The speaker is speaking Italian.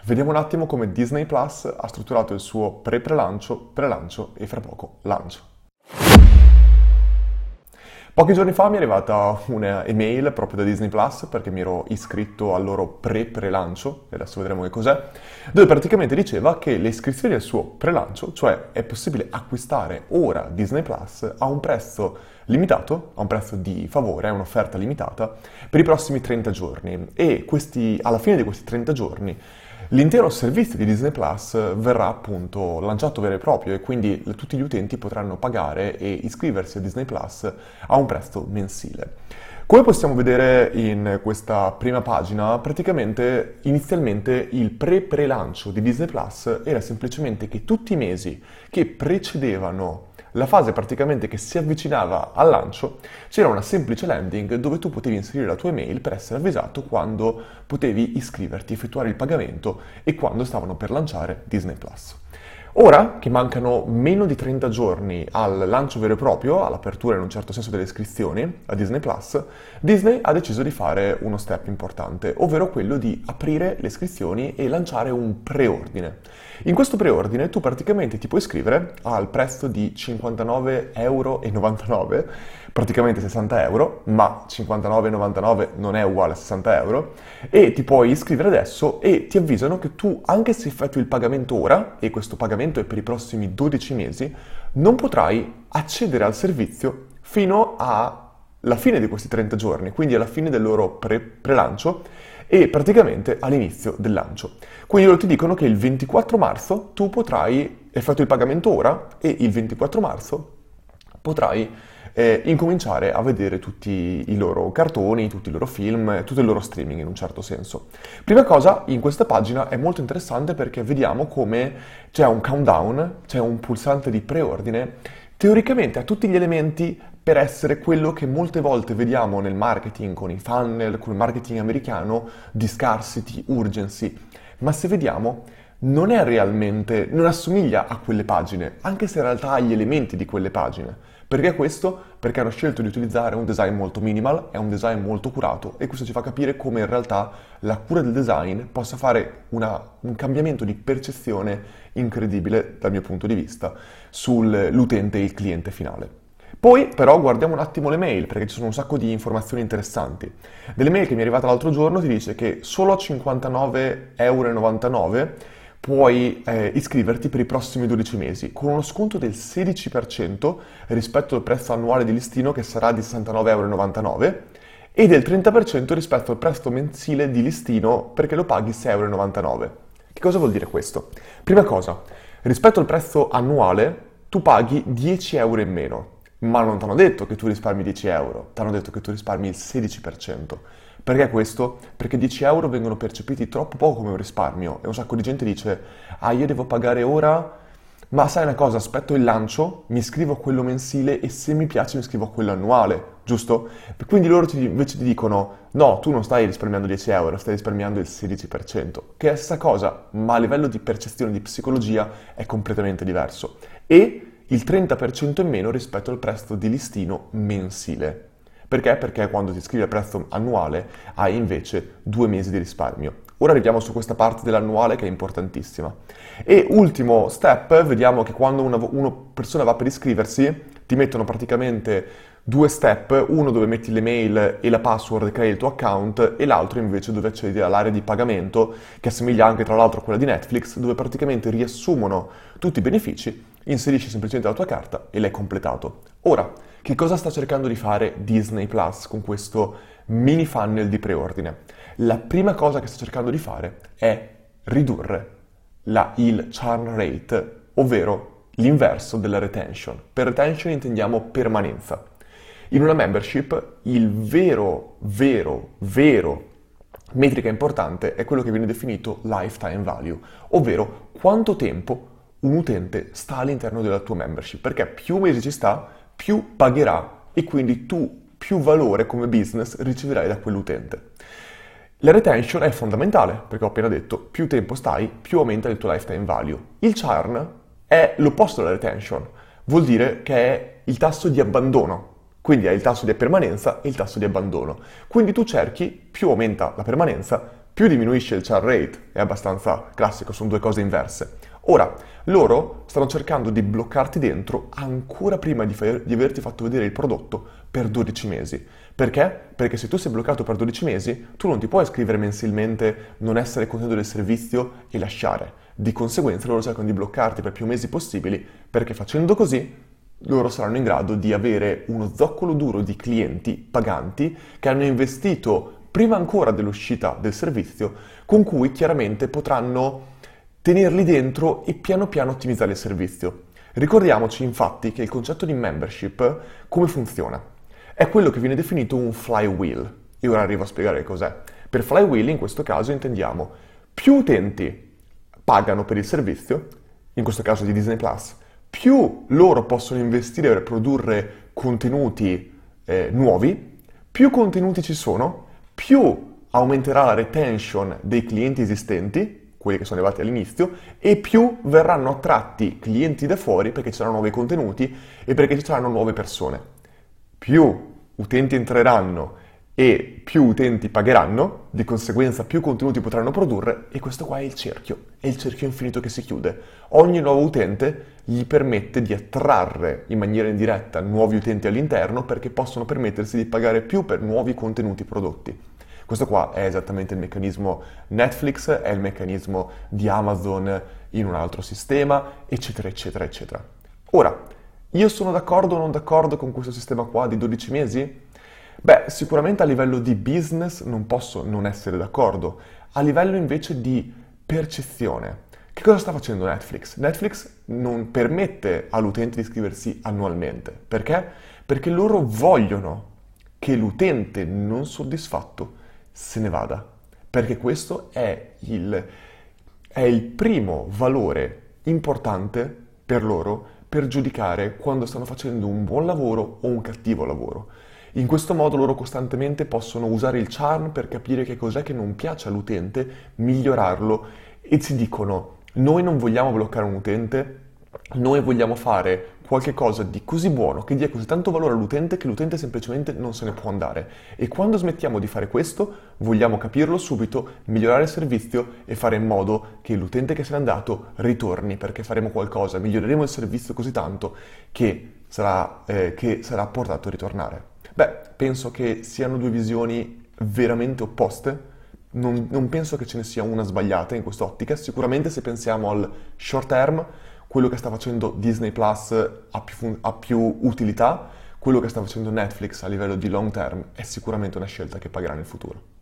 Vediamo un attimo come Disney Plus ha strutturato il suo pre-prelancio, prelancio e fra poco lancio. Pochi giorni fa mi è arrivata un'email proprio da Disney Plus perché mi ero iscritto al loro pre-prelancio, e adesso vedremo che cos'è, dove praticamente diceva che le iscrizioni al suo prelancio, cioè è possibile acquistare ora Disney Plus a un prezzo limitato, a un prezzo di favore, è un'offerta limitata, per i prossimi 30 giorni. E alla fine di questi 30 giorni l'intero servizio di Disney Plus verrà appunto lanciato vero e proprio e quindi tutti gli utenti potranno pagare e iscriversi a Disney Plus a un prezzo mensile. Come possiamo vedere in questa prima pagina, praticamente inizialmente il pre-prelancio di Disney Plus era semplicemente che tutti i mesi che precedevano la fase praticamente che si avvicinava al lancio, c'era una semplice landing dove tu potevi inserire la tua email per essere avvisato quando potevi iscriverti, effettuare il pagamento e quando stavano per lanciare Disney Plus. Ora che mancano meno di 30 giorni al lancio vero e proprio, all'apertura in un certo senso delle iscrizioni a Disney Plus, Disney ha deciso di fare uno step importante, ovvero quello di aprire le iscrizioni e lanciare un preordine. In questo preordine tu praticamente ti puoi iscrivere al prezzo di 59,99 €, praticamente 60 euro, ma 59,99 non è uguale a 60 euro, e ti puoi iscrivere adesso e ti avvisano che tu, anche se effettui il pagamento ora, e questo pagamento è per i prossimi 12 mesi, non potrai accedere al servizio fino alla fine di questi 30 giorni, quindi alla fine del loro prelancio e praticamente all'inizio del lancio. Quindi loro ti dicono che il 24 marzo tu potrai effettuare il pagamento ora e il 24 marzo potrai incominciare a vedere tutti i loro cartoni, tutti i loro film, tutto il loro streaming in un certo senso. Prima cosa, in questa pagina è molto interessante perché vediamo come c'è un countdown, c'è un pulsante di preordine, teoricamente ha tutti gli elementi per essere quello che molte volte vediamo nel marketing, con i funnel, con il marketing americano, di scarcity, urgency, ma se vediamo non assomiglia a quelle pagine, anche se in realtà ha gli elementi di quelle pagine. Perché questo? Perché hanno scelto di utilizzare un design molto minimal, è un design molto curato e questo ci fa capire come in realtà la cura del design possa fare un cambiamento di percezione incredibile dal mio punto di vista sull'utente e il cliente finale. Poi però guardiamo un attimo le mail perché ci sono un sacco di informazioni interessanti. Nelle mail che mi è arrivata l'altro giorno ti dice che solo a 59,99 € puoi iscriverti per i prossimi 12 mesi con uno sconto del 16% rispetto al prezzo annuale di listino che sarà di 69,99 € e del 30% rispetto al prezzo mensile di listino perché lo paghi 6,99 €. Che cosa vuol dire questo? Prima cosa, rispetto al prezzo annuale tu paghi 10 € in meno, ma non ti hanno detto che tu risparmi 10 €, ti hanno detto che tu risparmi il 16%. Perché questo? Perché 10 € vengono percepiti troppo poco come un risparmio e un sacco di gente dice io devo pagare ora, ma sai una cosa, aspetto il lancio, mi iscrivo a quello mensile e se mi piace mi iscrivo a quello annuale, giusto? Quindi loro invece ti dicono no, tu non stai risparmiando 10 €, stai risparmiando il 16%, che è la stessa cosa, ma a livello di percezione di psicologia è completamente diverso. E il 30% in meno rispetto al prezzo di listino mensile. Perché? Perché quando ti iscrivi al prezzo annuale hai invece 2 mesi di risparmio. Ora arriviamo su questa parte dell'annuale che è importantissima. E ultimo step, vediamo che quando una persona va per iscriversi ti mettono praticamente 2 step, uno dove metti le mail e la password che crei il tuo account e l'altro invece dove accedi all'area di pagamento che assomiglia anche tra l'altro a quella di Netflix dove praticamente riassumono tutti i benefici, inserisci semplicemente la tua carta e l'hai completato. Ora, che cosa sta cercando di fare Disney Plus con questo mini funnel di preordine? La prima cosa che sta cercando di fare è ridurre il churn rate, ovvero l'inverso della retention. Per retention intendiamo permanenza. In una membership il vero metrica importante è quello che viene definito lifetime value, ovvero quanto tempo un utente sta all'interno della tua membership, perché più mesi ci sta, più pagherà e quindi tu più valore come business riceverai da quell'utente. La retention è fondamentale, perché ho appena detto, più tempo stai, più aumenta il tuo lifetime value. Il churn è l'opposto della retention, vuol dire che è il tasso di abbandono, quindi hai il tasso di permanenza e il tasso di abbandono. Quindi tu cerchi, più aumenta la permanenza, più diminuisce il churn rate, è abbastanza classico, sono due cose inverse. Ora, loro stanno cercando di bloccarti dentro ancora prima di averti fatto vedere il prodotto per 12 mesi. Perché? Perché se tu sei bloccato per 12 mesi, tu non ti puoi iscrivere mensilmente, non essere contento del servizio e lasciare. Di conseguenza loro cercano di bloccarti per più mesi possibili, perché facendo così loro saranno in grado di avere uno zoccolo duro di clienti paganti che hanno investito prima ancora dell'uscita del servizio, con cui chiaramente potranno tenerli dentro e piano piano ottimizzare il servizio. Ricordiamoci infatti che il concetto di membership come funziona? È quello che viene definito un flywheel. E ora arrivo a spiegare cos'è. Per flywheel in questo caso intendiamo più utenti pagano per il servizio, in questo caso di Disney Plus, più loro possono investire per produrre contenuti nuovi, più contenuti ci sono, più aumenterà la retention dei clienti esistenti, quelli che sono arrivati all'inizio, e più verranno attratti clienti da fuori perché ci saranno nuovi contenuti e perché ci saranno nuove persone. Più utenti entreranno e più utenti pagheranno, di conseguenza più contenuti potranno produrre, e questo qua è il cerchio infinito che si chiude. Ogni nuovo utente gli permette di attrarre in maniera indiretta nuovi utenti all'interno perché possono permettersi di pagare più per nuovi contenuti prodotti. Questo qua è esattamente il meccanismo Netflix, è il meccanismo di Amazon in un altro sistema, eccetera, eccetera, eccetera. Ora, io sono d'accordo o non d'accordo con questo sistema qua di 12 mesi? Beh, sicuramente a livello di business non posso non essere d'accordo. A livello invece di percezione, che cosa sta facendo Netflix? Netflix non permette all'utente di iscriversi annualmente. Perché? Perché loro vogliono che l'utente non soddisfatto se ne vada. Perché questo è il primo valore importante per loro per giudicare quando stanno facendo un buon lavoro o un cattivo lavoro. In questo modo loro costantemente possono usare il charm per capire che cos'è che non piace all'utente, migliorarlo, e ci dicono: noi non vogliamo bloccare un utente, noi vogliamo fare qualche cosa di così buono, che dia così tanto valore all'utente, che l'utente semplicemente non se ne può andare. E quando smettiamo di fare questo, vogliamo capirlo subito, migliorare il servizio e fare in modo che l'utente che se n'è andato ritorni, perché faremo qualcosa, miglioreremo il servizio così tanto che sarà portato a ritornare. Beh, penso che siano due visioni veramente opposte. Non penso che ce ne sia una sbagliata in quest'ottica. Sicuramente se pensiamo al short term, quello che sta facendo Disney Plus ha più utilità, quello che sta facendo Netflix a livello di long term è sicuramente una scelta che pagherà nel futuro.